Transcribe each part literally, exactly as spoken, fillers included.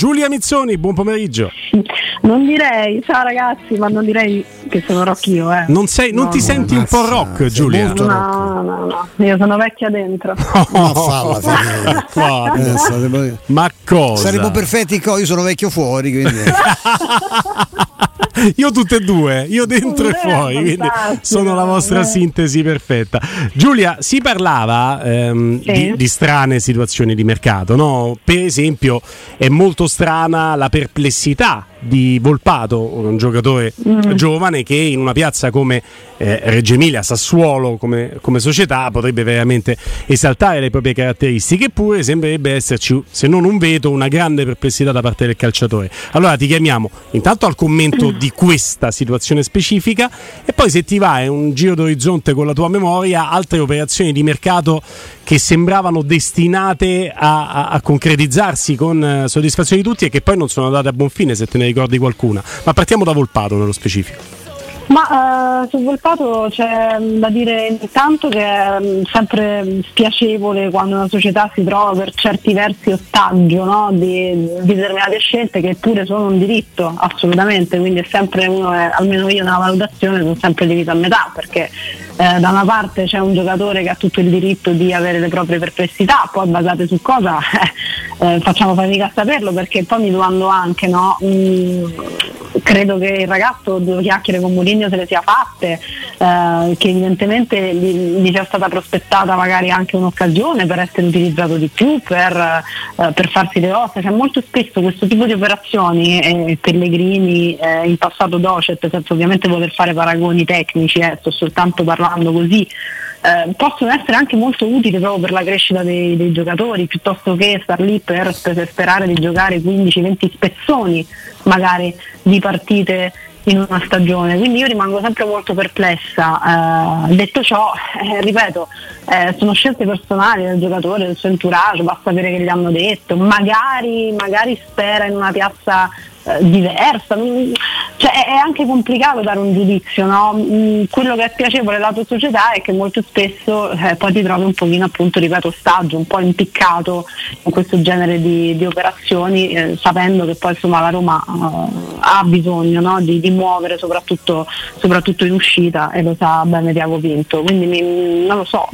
Giulia Mizzoni, buon pomeriggio. Non direi, ciao ragazzi, ma non direi che sono rock io, eh. Non, sei, non no, ti no, senti un po' rock, Giulia? No, no, no, io sono vecchia dentro. Ma falla, falla. Ma cosa? Saremo perfetti, io sono vecchio fuori, quindi. Io tutte e due, io dentro e fuori, quindi sono la vostra eh. sintesi perfetta. Giulia, si parlava ehm, sì. di, di strane situazioni di mercato, no? Per esempio è molto strana la perplessità di Volpato, un giocatore mm. giovane che in una piazza come eh, Reggio Emilia, Sassuolo come, come società potrebbe veramente esaltare le proprie caratteristiche, eppure sembrerebbe esserci, se non un veto, una grande perplessità da parte del calciatore. Allora ti chiamiamo intanto al commento di questa situazione specifica e poi, se ti va, è un giro d'orizzonte con la tua memoria, altre operazioni di mercato che sembravano destinate a, a, a concretizzarsi con uh, soddisfazione di tutti e che poi non sono andate a buon fine, se te ne ricordi qualcuna. Ma partiamo da Volpato nello specifico. Ma uh, su Volpato c'è da dire intanto che è sempre spiacevole quando una società si trova per certi versi ostaggio, no? di, di determinate scelte che pure sono un diritto, assolutamente, quindi è sempre uno, è, almeno io nella valutazione sono sempre diviso a metà, perché eh, da una parte c'è un giocatore che ha tutto il diritto di avere le proprie perplessità, poi basate su cosa eh, facciamo fatica a saperlo, perché poi mi domando anche, no? Mm, credo che il ragazzo due chiacchiere con Mourinho se le sia fatte, eh, che evidentemente gli, gli sia stata prospettata magari anche un'occasione per essere utilizzato di più, per, eh, per farsi le ossa. Cioè, molto spesso questo tipo di operazioni, eh, Pellegrini, eh, in passato Docet, senza ovviamente poter fare paragoni tecnici, eh, sto soltanto parlando così, Eh, possono essere anche molto utili proprio per la crescita dei, dei giocatori, piuttosto che star lì per, per sperare di giocare quindici venti spezzoni magari di partite in una stagione. Quindi io rimango sempre molto perplessa. Eh, detto ciò, eh, ripeto, eh, sono scelte personali del giocatore, del suo entourage, basta sapere che gli hanno detto, magari, magari spera in una piazza eh, diversa, cioè è anche complicato dare un giudizio, no? Quello che è piacevole lato società è che molto spesso eh, poi ti trovi un pochino, appunto, ripeto, ostaggio, un po' impiccato in questo genere di, di operazioni, eh, sapendo che poi insomma la Roma eh, ha bisogno, no? di, di muovere soprattutto, soprattutto in uscita, e lo sa bene Tiago Pinto, quindi mi, non lo so,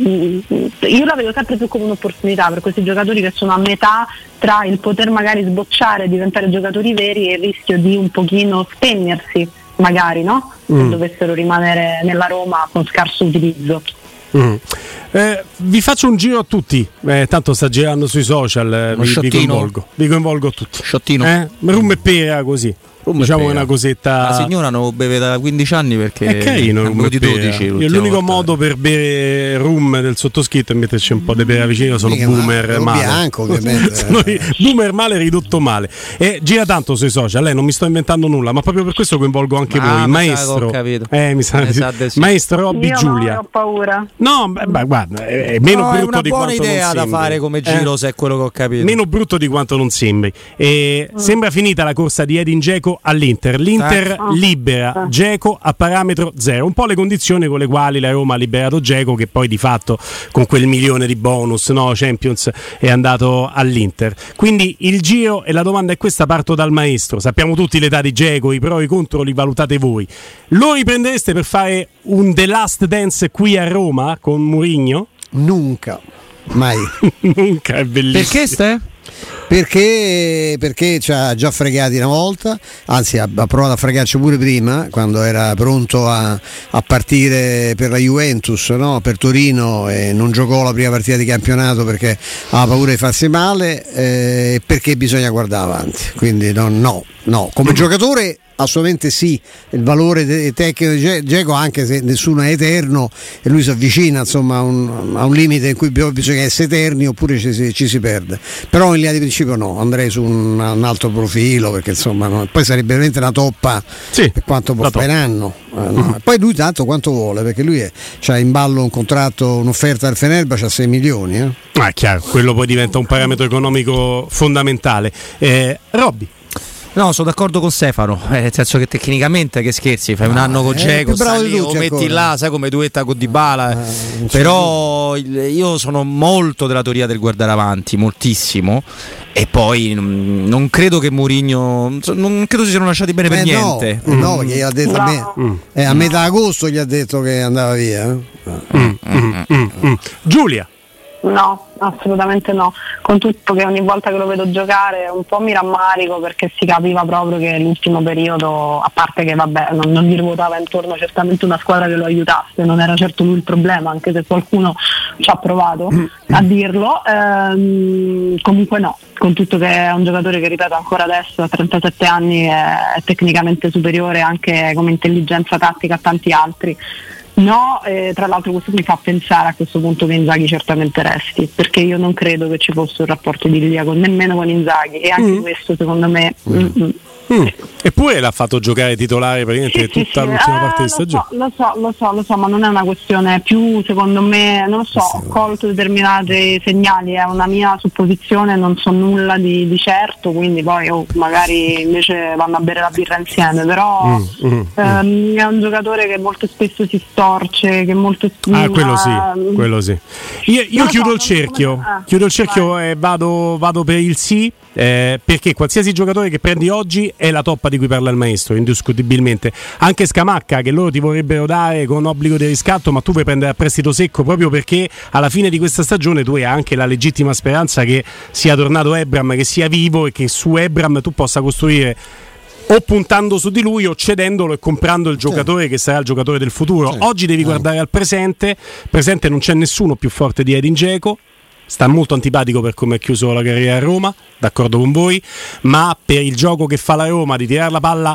io la vedo sempre più come un'opportunità per questi giocatori che sono a metà tra il poter magari sbocciare e diventare giocatori veri e il rischio di un pochino spegnersi magari, no? Se mm. dovessero rimanere nella Roma con scarso utilizzo. Mm. Eh, vi faccio un giro a tutti, eh, tanto sta girando sui social, vi, vi coinvolgo vi coinvolgo tutti. Sciottino, eh? Rum e pera, così. Rum diciamo è una cosetta. La signora non beve da quindici anni perché è carino, rum di dodici. Io l'unico volta. modo per bere rum del sottoscritto è metterci un po' di pera vicino. Sono Mica boomer ma, male bianco, ovviamente. Sono boomer male, ridotto male, e gira tanto sui social. Lei non mi sto inventando nulla, ma proprio per questo coinvolgo anche ah, voi, maestro. Eh, mi sa, sa sì. Maestro Robby, io Giulia. No, ho paura. No, beh, beh, guarda, è meno no, brutto è di una quanto buona idea non da sembri. fare come giro, eh? se è quello che ho capito. Meno brutto di quanto non sembri. E mm. Sembra finita la corsa di Edin Dzeko all'Inter. L'Inter ah. libera Dzeko a parametro zero, un po' le condizioni con le quali la Roma ha liberato Dzeko, che poi di fatto con quel milione di bonus, no, Champions, è andato all'Inter. Quindi il giro e la domanda è questa, parto dal maestro. Sappiamo tutti l'età di Dzeko, i pro e i contro li valutate voi. Lo riprendereste per fare un The Last Dance qui a Roma con Mourinho? Nunca, mai. Nunca, è bellissimo. Perché Ste? Perché, perché ci ha già fregati una volta, anzi ha, ha provato a fregarci pure prima, quando era pronto a, a partire per la Juventus, no? Per Torino, e non giocò la prima partita di campionato perché aveva paura di farsi male, e eh, perché bisogna guardare avanti, quindi no, no, no. Come giocatore assolutamente sì, il valore tecnico di Dzeko, anche se nessuno è eterno e lui si avvicina insomma a un, a un limite in cui bisogna essere eterni oppure ci si, ci si perde, però in linea di principio no, andrei su un, un altro profilo, perché insomma no, poi sarebbe veramente una toppa, sì, per quanto può fare in anno, eh, no. Mm-hmm. Poi lui tanto quanto vuole, perché lui c'ha in ballo un contratto, un'offerta al Fenerbahce a sei milioni, eh. Ah, chiaro, quello poi diventa un parametro economico fondamentale. eh, Robby. No, sono d'accordo con Stefano, eh, nel senso che tecnicamente che scherzi, fai un ah, anno con Dzeko, lo metti ancora. là, sai come duetta con Dybala, ah, però il, io sono molto della teoria del guardare avanti, moltissimo, e poi non, non credo che Mourinho, non credo si siano lasciati bene per eh niente. No, mm. no, perché gli ha detto no. a, me, mm. eh, a metà agosto gli ha detto che andava via. Eh? Mm. Mm. Mm. Mm. Giulia. No, assolutamente no, con tutto che ogni volta che lo vedo giocare un po' mi rammarico, perché si capiva proprio che l'ultimo periodo, a parte che vabbè non, non gli ruotava intorno certamente una squadra che lo aiutasse, non era certo lui il problema, anche se qualcuno ci ha provato a dirlo, ehm, comunque no, con tutto che è un giocatore che, ripeto, ancora adesso a trentasette anni è, è tecnicamente superiore anche come intelligenza tattica a tanti altri. No, eh, tra l'altro questo mi fa pensare a questo punto che Inzaghi certamente resti, perché io non credo che ci fosse un rapporto idilliaco nemmeno con Inzaghi, e anche mm. questo secondo me mm. Mm. Mm. Eppure l'ha fatto giocare titolare praticamente sì, tutta sì, l'ultima sì. parte eh, di stagione. Lo so, lo so, lo so, ma non è una questione più, secondo me, non lo so, ho colto determinati segnali, è una mia supposizione, non so nulla di, di certo, quindi poi oh, magari invece vanno a bere la birra insieme, però mm, mm, ehm, mm. è un giocatore che molto spesso si storce, che molto spesso... Ah, quello sì, quello sì. Io, io chiudo, so, il cerchio, come... ah, chiudo il cerchio e vado, vado per il sì. Eh, perché qualsiasi giocatore che prendi oggi è la toppa di cui parla il maestro, indiscutibilmente. Anche Scamacca, che loro ti vorrebbero dare con obbligo di riscatto, ma tu puoi prendere a prestito secco, proprio perché alla fine di questa stagione tu hai anche la legittima speranza che sia tornato Ebram, che sia vivo, e che su Ebram tu possa costruire o puntando su di lui o cedendolo e comprando il giocatore che sarà il giocatore del futuro. Oggi devi guardare al presente. Presente non c'è nessuno più forte di Edin Dzeko. Sta molto antipatico per come ha chiuso la carriera a Roma, d'accordo con voi, ma per il gioco che fa la Roma di tirare la palla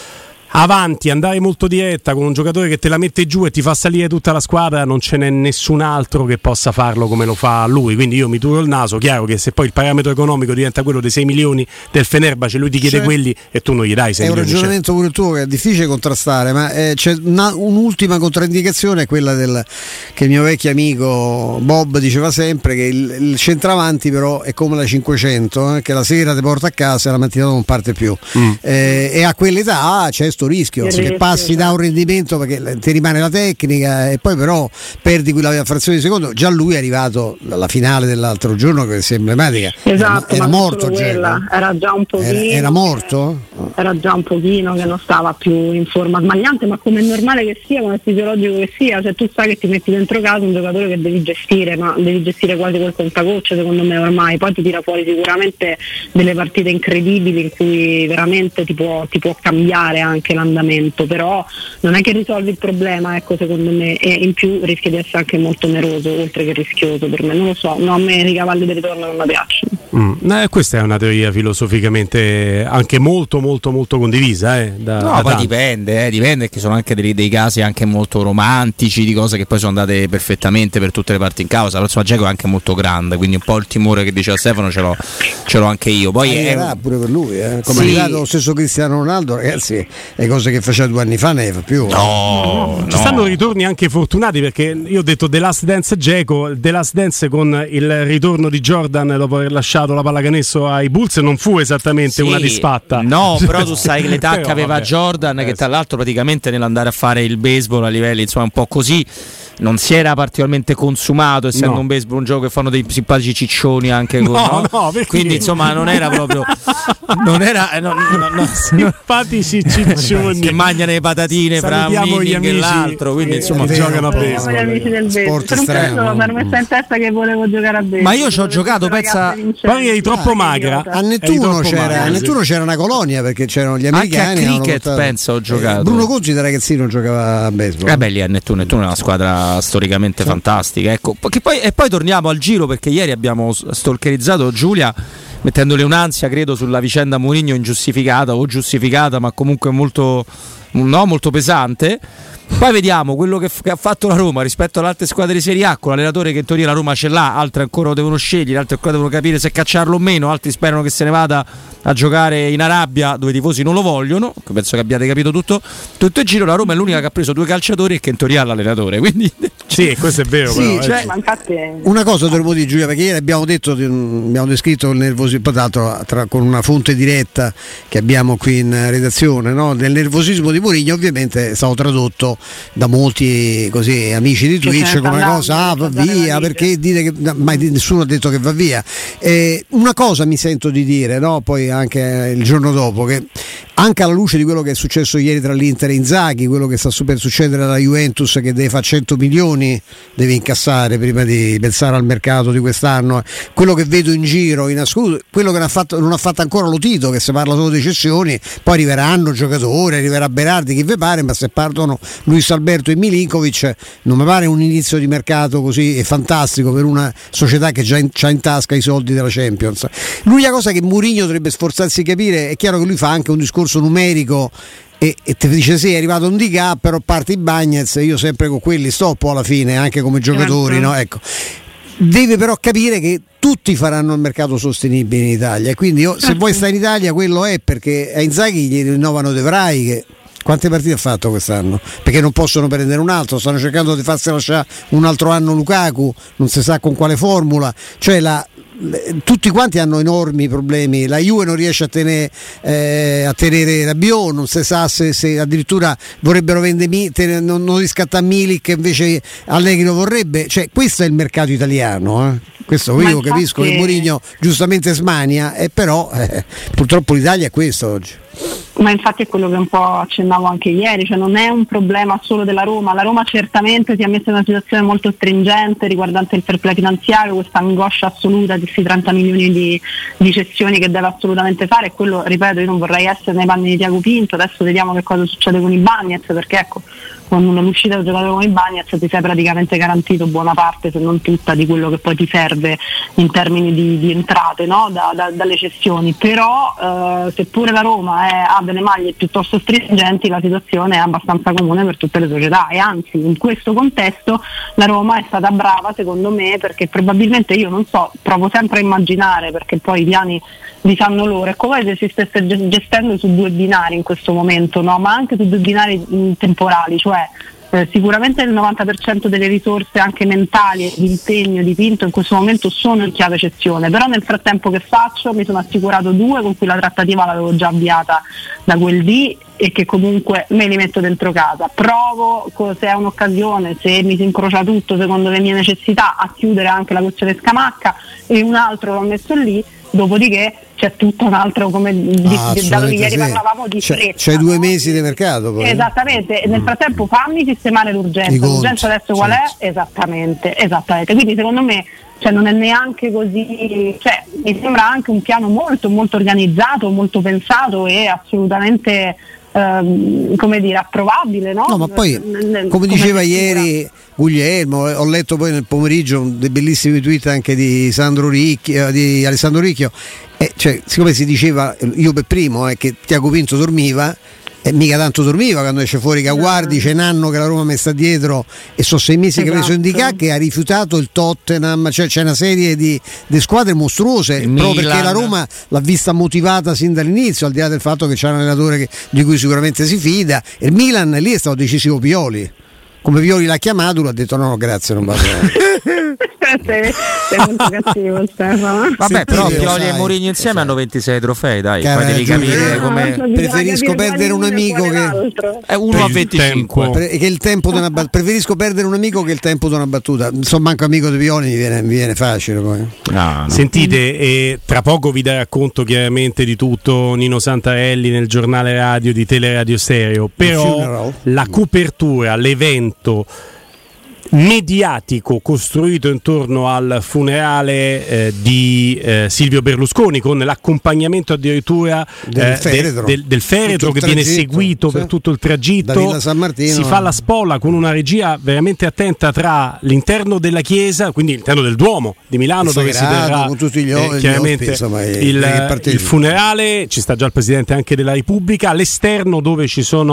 avanti, andare molto diretta con un giocatore che te la mette giù e ti fa salire tutta la squadra, non ce n'è nessun altro che possa farlo come lo fa lui, quindi io mi turo il naso. Chiaro che se poi il parametro economico diventa quello dei sei milioni del Fenerbahce, lui ti chiede sì. quelli e tu non gli dai sei milioni. È un ragionamento certo. pure tuo che è difficile contrastare, ma eh, c'è una, un'ultima controindicazione, quella del, che il mio vecchio amico Bob diceva sempre, che il, il centravanti però è come la cinquecento, eh, che la sera ti porta a casa e la mattina non parte più, mm. eh, e a quell'età c'è sto rischio, che rischio, passi da un rendimento perché ti rimane la tecnica e poi però perdi quella frazione di secondo. Già lui è arrivato alla finale dell'altro giorno, che è emblematica, esatto, era, era morto quella, era già un pochino era, era morto era già un pochino che non stava più in forma smagliante, ma come è normale che sia, come è fisiologico che sia, cioè tu sai che ti metti dentro casa un giocatore che devi gestire, ma devi gestire quasi col contagocce secondo me ormai, poi ti tira fuori sicuramente delle partite incredibili in cui veramente ti può, ti può cambiare anche l'andamento, però non è che risolvi il problema, ecco, secondo me, e in più rischia di essere anche molto oneroso oltre che rischioso per me, non lo so, no, a me i cavalli del ritorno non mi piacciono. Mm. Eh, questa è una teoria filosoficamente anche molto molto molto condivisa, eh, da, no, da poi tanti. dipende, eh, dipende, che sono anche dei, dei casi anche molto romantici, di cose che poi sono andate perfettamente per tutte le parti in causa. La prossima Dzeko è anche molto grande, quindi un po' il timore che diceva Stefano ce l'ho, ce l'ho anche io. Poi è pure per lui, eh. Come sì. è arrivato lo stesso Cristiano Ronaldo, ragazzi, le cose che faceva due anni fa ne fa più. No, no. Ci no. stanno ritorni anche fortunati, perché io ho detto The Last Dance Dzeko, The Last Dance con il ritorno di Jordan dopo aver lasciato la pallacanestro ai Bulls non fu esattamente sì, una disfatta. No, però tu sai che l'età che aveva vabbè. Jordan, eh, che tra l'altro praticamente nell'andare a fare il baseball a livelli insomma un po' così non si era particolarmente consumato, essendo no. un baseball un gioco che fanno dei simpatici ciccioni anche con, no, no? No, quindi insomma non era proprio non era eh, no, no, no, simpatici ciccioni che mangiano le patatine fra un inning e l'altro, quindi insomma eh, giocano a baseball. Gli amici del baseball. Per un pezzo mi ero messa in testa che volevo giocare a baseball. Ma io ci ho giocato, pensa, poi eri troppo ah, magra. A Nettuno c'era, magra, a Nettuno sì. c'era una colonia, perché c'erano gli americani. Anche a cricket penso ho giocato. Eh, Bruno Cozzi da ragazzino giocava a baseball. Eh beh, lì a Nettuno, Nettuno è una squadra storicamente sì. fantastica, ecco. Che poi, e poi torniamo al giro, perché ieri abbiamo stalkerizzato Giulia mettendole un'ansia credo sulla vicenda Mourinho ingiustificata o giustificata, ma comunque molto, no, molto pesante. Poi vediamo quello che, f- che ha fatto la Roma rispetto alle altre squadre di Serie A, con l'allenatore che in teoria la Roma ce l'ha, altri ancora lo devono scegliere, altri ancora devono capire se cacciarlo o meno, altri sperano che se ne vada a giocare in Arabia dove i tifosi non lo vogliono. Penso che abbiate capito tutto, tutto il giro. La Roma è l'unica che ha preso due calciatori e che in teoria ha l'allenatore, quindi sì, questo è vero. Sì, però, cioè, ma infatti è... una cosa dovremmo dire, Giulia, perché ieri abbiamo detto, abbiamo descritto il nervosismo, tra l'altro tra, con una fonte diretta che abbiamo qui in redazione, no? Del nervosismo di Mourinho, ovviamente è stato tradotto da molti così amici di Twitch come una cosa, ah, va via, perché dire che mai nessuno ha detto che va via. Eh, una cosa mi sento di dire, no? Poi anche il giorno dopo, che anche alla luce di quello che è successo ieri tra l'Inter e Inzaghi, quello che sta per succedere alla Juventus che deve fare cento milioni, deve incassare prima di pensare al mercato di quest'anno, quello che vedo in giro in assoluto, quello che non ha fatto, non ha fatto ancora Lotito, che si parla solo di cessioni, poi arriveranno giocatori, arriverà Berardi, chi vi pare, ma se partono Luis Alberto e Milinkovic non mi pare un inizio di mercato così fantastico per una società che già ha in tasca i soldi della Champions. L'unica cosa che Mourinho dovrebbe sforzarsi di capire, è chiaro che lui fa anche un discorso numerico e, e ti dice sì, è arrivato un D K, però parte i Bagnets, io sempre con quelli stoppo alla fine anche come giocatori, no? Ecco, deve però capire che tutti faranno il mercato sostenibile in Italia e quindi io, se vuoi stare in Italia quello è, perché a Inzaghi gli rinnovano De Vrij, che quante partite ha fatto quest'anno? Perché non possono prendere un altro, stanno cercando di farsi lasciare un altro anno Lukaku, non si sa con quale formula, cioè la tutti quanti hanno enormi problemi. La Juve non riesce a tenere, eh, a tenere Rabiot, non si sa se, se addirittura vorrebbero vendere, tenere, non, non riscattare Milik, invece Allegri lo vorrebbe. Cioè, questo è il mercato italiano, eh. Questo io infatti... capisco che Mourinho giustamente smania, e eh, però eh, purtroppo l'Italia è questo oggi. Ma infatti è quello che un po' accennavo anche ieri, cioè non è un problema solo della Roma. La Roma certamente si è messa in una situazione molto stringente riguardante il fair play finanziario, questa angoscia assoluta di questi trenta milioni di, di cessioni che deve assolutamente fare, e quello, ripeto, io non vorrei essere nei panni di Tiago Pinto. Adesso vediamo che cosa succede con i Bagnets, perché ecco, con l'uscita del giocatore come i Bagnets ti sei praticamente garantito buona parte, se non tutta, di quello che poi ti serve in termini di, di entrate, no? da, da, dalle cessioni. Però eh, seppure la Roma è, ha delle maglie piuttosto stringenti, la situazione è abbastanza comune per tutte le società, e anzi in questo contesto la Roma è stata brava secondo me, perché probabilmente, io non so, provo sempre a immaginare, perché poi i piani li sanno loro, è come se si stesse gestendo su due binari in questo momento, no? Ma anche su due binari mh, temporali, cioè Eh, sicuramente il novanta per cento delle risorse anche mentali e di impegno di Pinto in questo momento sono in chiave cessione, però nel frattempo che faccio? Mi sono assicurato due con cui la trattativa l'avevo già avviata da quel dì e che comunque me li metto dentro casa, provo, se è un'occasione, se mi si incrocia tutto secondo le mie necessità, a chiudere anche la questione Scamacca, e un altro l'ho messo lì. Dopodiché c'è tutto un altro, come di, ah, di, da dove ieri sì. parlavamo di c'è, fretta. C'è due no? mesi di mercato poi. Esattamente, e nel frattempo fammi sistemare l'urgenza. L'urgenza adesso qual è? Esattamente, esattamente. Quindi secondo me, cioè, non è neanche così, cioè, mi sembra anche un piano molto molto organizzato, molto pensato e assolutamente ehm, come dire, approvabile, no? No, ma poi come, come diceva ieri Guglielmo, ho letto poi nel pomeriggio dei bellissimi tweet anche di Sandro Ricchio, di Alessandro Ricchio, eh, cioè, siccome si diceva, io per primo, eh, che Tiago Pinto dormiva, e mica tanto dormiva quando esce fuori che guardi, c'è un anno che la Roma mi sta dietro e sono sei mesi esatto. che ha preso Indica, che ha rifiutato il Tottenham, cioè c'è una serie di, di squadre mostruose, il proprio Milan. Perché la Roma l'ha vista motivata sin dall'inizio, al di là del fatto che c'è un allenatore che, di cui sicuramente si fida. Il Milan lì è stato decisivo Pioli, come Pioli l'ha chiamato, lui ha detto no, no grazie, non va bene. sei, sei molto cattivo, Stefano. Vabbè, però Pioli e Mourinho insieme esatto. hanno ventisei trofei, dai, Cara, fatevi capire come preferisco perdere un amico che è uno a venticinque, Pre- che il tempo di una bat- preferisco perdere un amico che il tempo di una battuta. Insomma, manco amico di Pioli mi viene, mi viene facile poi. No, no. Sentite, e tra poco vi darà conto chiaramente di tutto Nino Santarelli nel giornale radio di Teleradio Stereo, però la copertura, l'evento mediatico costruito intorno al funerale eh, di eh, Silvio Berlusconi, con l'accompagnamento addirittura del eh, feretro, del, del feretro che viene seguito sì. per tutto il tragitto. San Martino, si fa la spola con una regia veramente attenta tra l'interno della chiesa, quindi l'interno del Duomo di Milano, dove si terrà con tutti gli, eh, chiaramente gli insomma, il, il funerale. Ci sta già il Presidente anche della Repubblica, all'esterno dove ci sono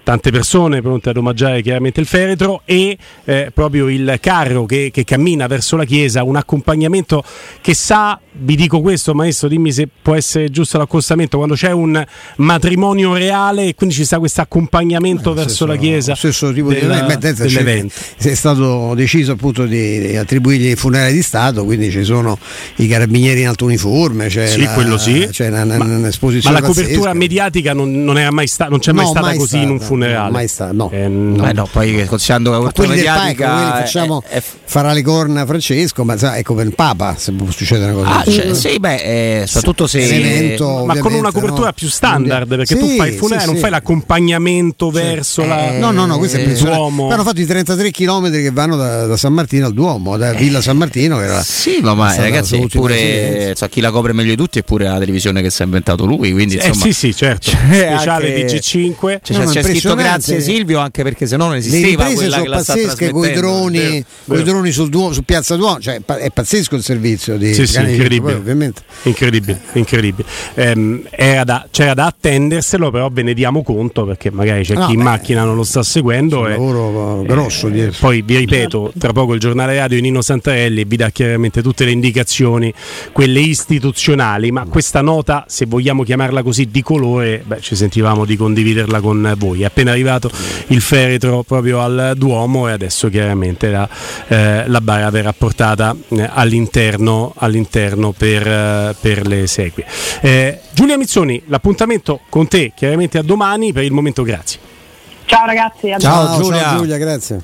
tante persone pronte ad omaggiare chiaramente il feretro e eh, proprio il carro che, che cammina verso la chiesa, un accompagnamento che sa, vi dico questo maestro, dimmi se può essere giusto l'accostamento, quando c'è un matrimonio reale e quindi ci sta questo accompagnamento eh, verso stesso, la chiesa, lo stesso tipo della, di dell'evento. È stato deciso appunto di, di attribuirgli i funerali di Stato, quindi ci sono i carabinieri in alto uniforme, c'è sì, la, quello sì. C'è una, ma, un'esposizione ma la copertura pazzesca. Mediatica non, non era mai stata, non c'è no, mai stata mai così stata, in un funerale. Mai stata, no. Eh, no. no. Eh no, poi considerando la copertura mediatica Palco, facciamo è, è... farà le corna Francesco, ma sa, è come il Papa se succede una cosa. Ah, cioè, sì, beh, eh, soprattutto se sì, evento, ma con una copertura no? più standard, perché sì, tu fai il funerale, sì, non sì. fai l'accompagnamento sì. verso eh, la no, no, no, questo è il Duomo. Hanno fatto i trentatré chilometri che vanno da, da San Martino al Duomo, da Villa San Martino, che era sì, ma, ma ragazzi, eppure cioè, chi la copre meglio di tutti, eppure la televisione che si è inventato lui, quindi eh, insomma, sì, sì, certo. Speciale anche... di G cinque. Cioè, no, c'è scritto grazie Silvio, anche perché se no non esisteva. Le riprese sono pazzesche con i droni, con i droni sul Duomo, su Piazza Duomo, cioè è pazzesco il servizio di sì, sì, incredibile. Poi, ovviamente. Incredibile, incredibile. Ehm, era da, c'era da attenderselo, però ve ne diamo conto perché magari c'è no, chi beh, in macchina non lo sta seguendo. È un lavoro eh, grosso. Eh, poi vi ripeto, tra poco il giornale radio di Nino Santarelli vi dà chiaramente tutte le indicazioni, quelle istituzionali, ma questa nota, se vogliamo chiamarla così, di colore, beh, ci sentivamo di condividerla con voi. È appena arrivato il feretro proprio al Duomo e adesso chiaramente la, eh, la bara verrà portata eh, all'interno, all'interno per, eh, per le esequie. Eh, Giulia Mizzoni, l'appuntamento con te chiaramente a domani, per il momento grazie. Ciao ragazzi, a ciao, ciao Giulia, ciao Giulia, grazie.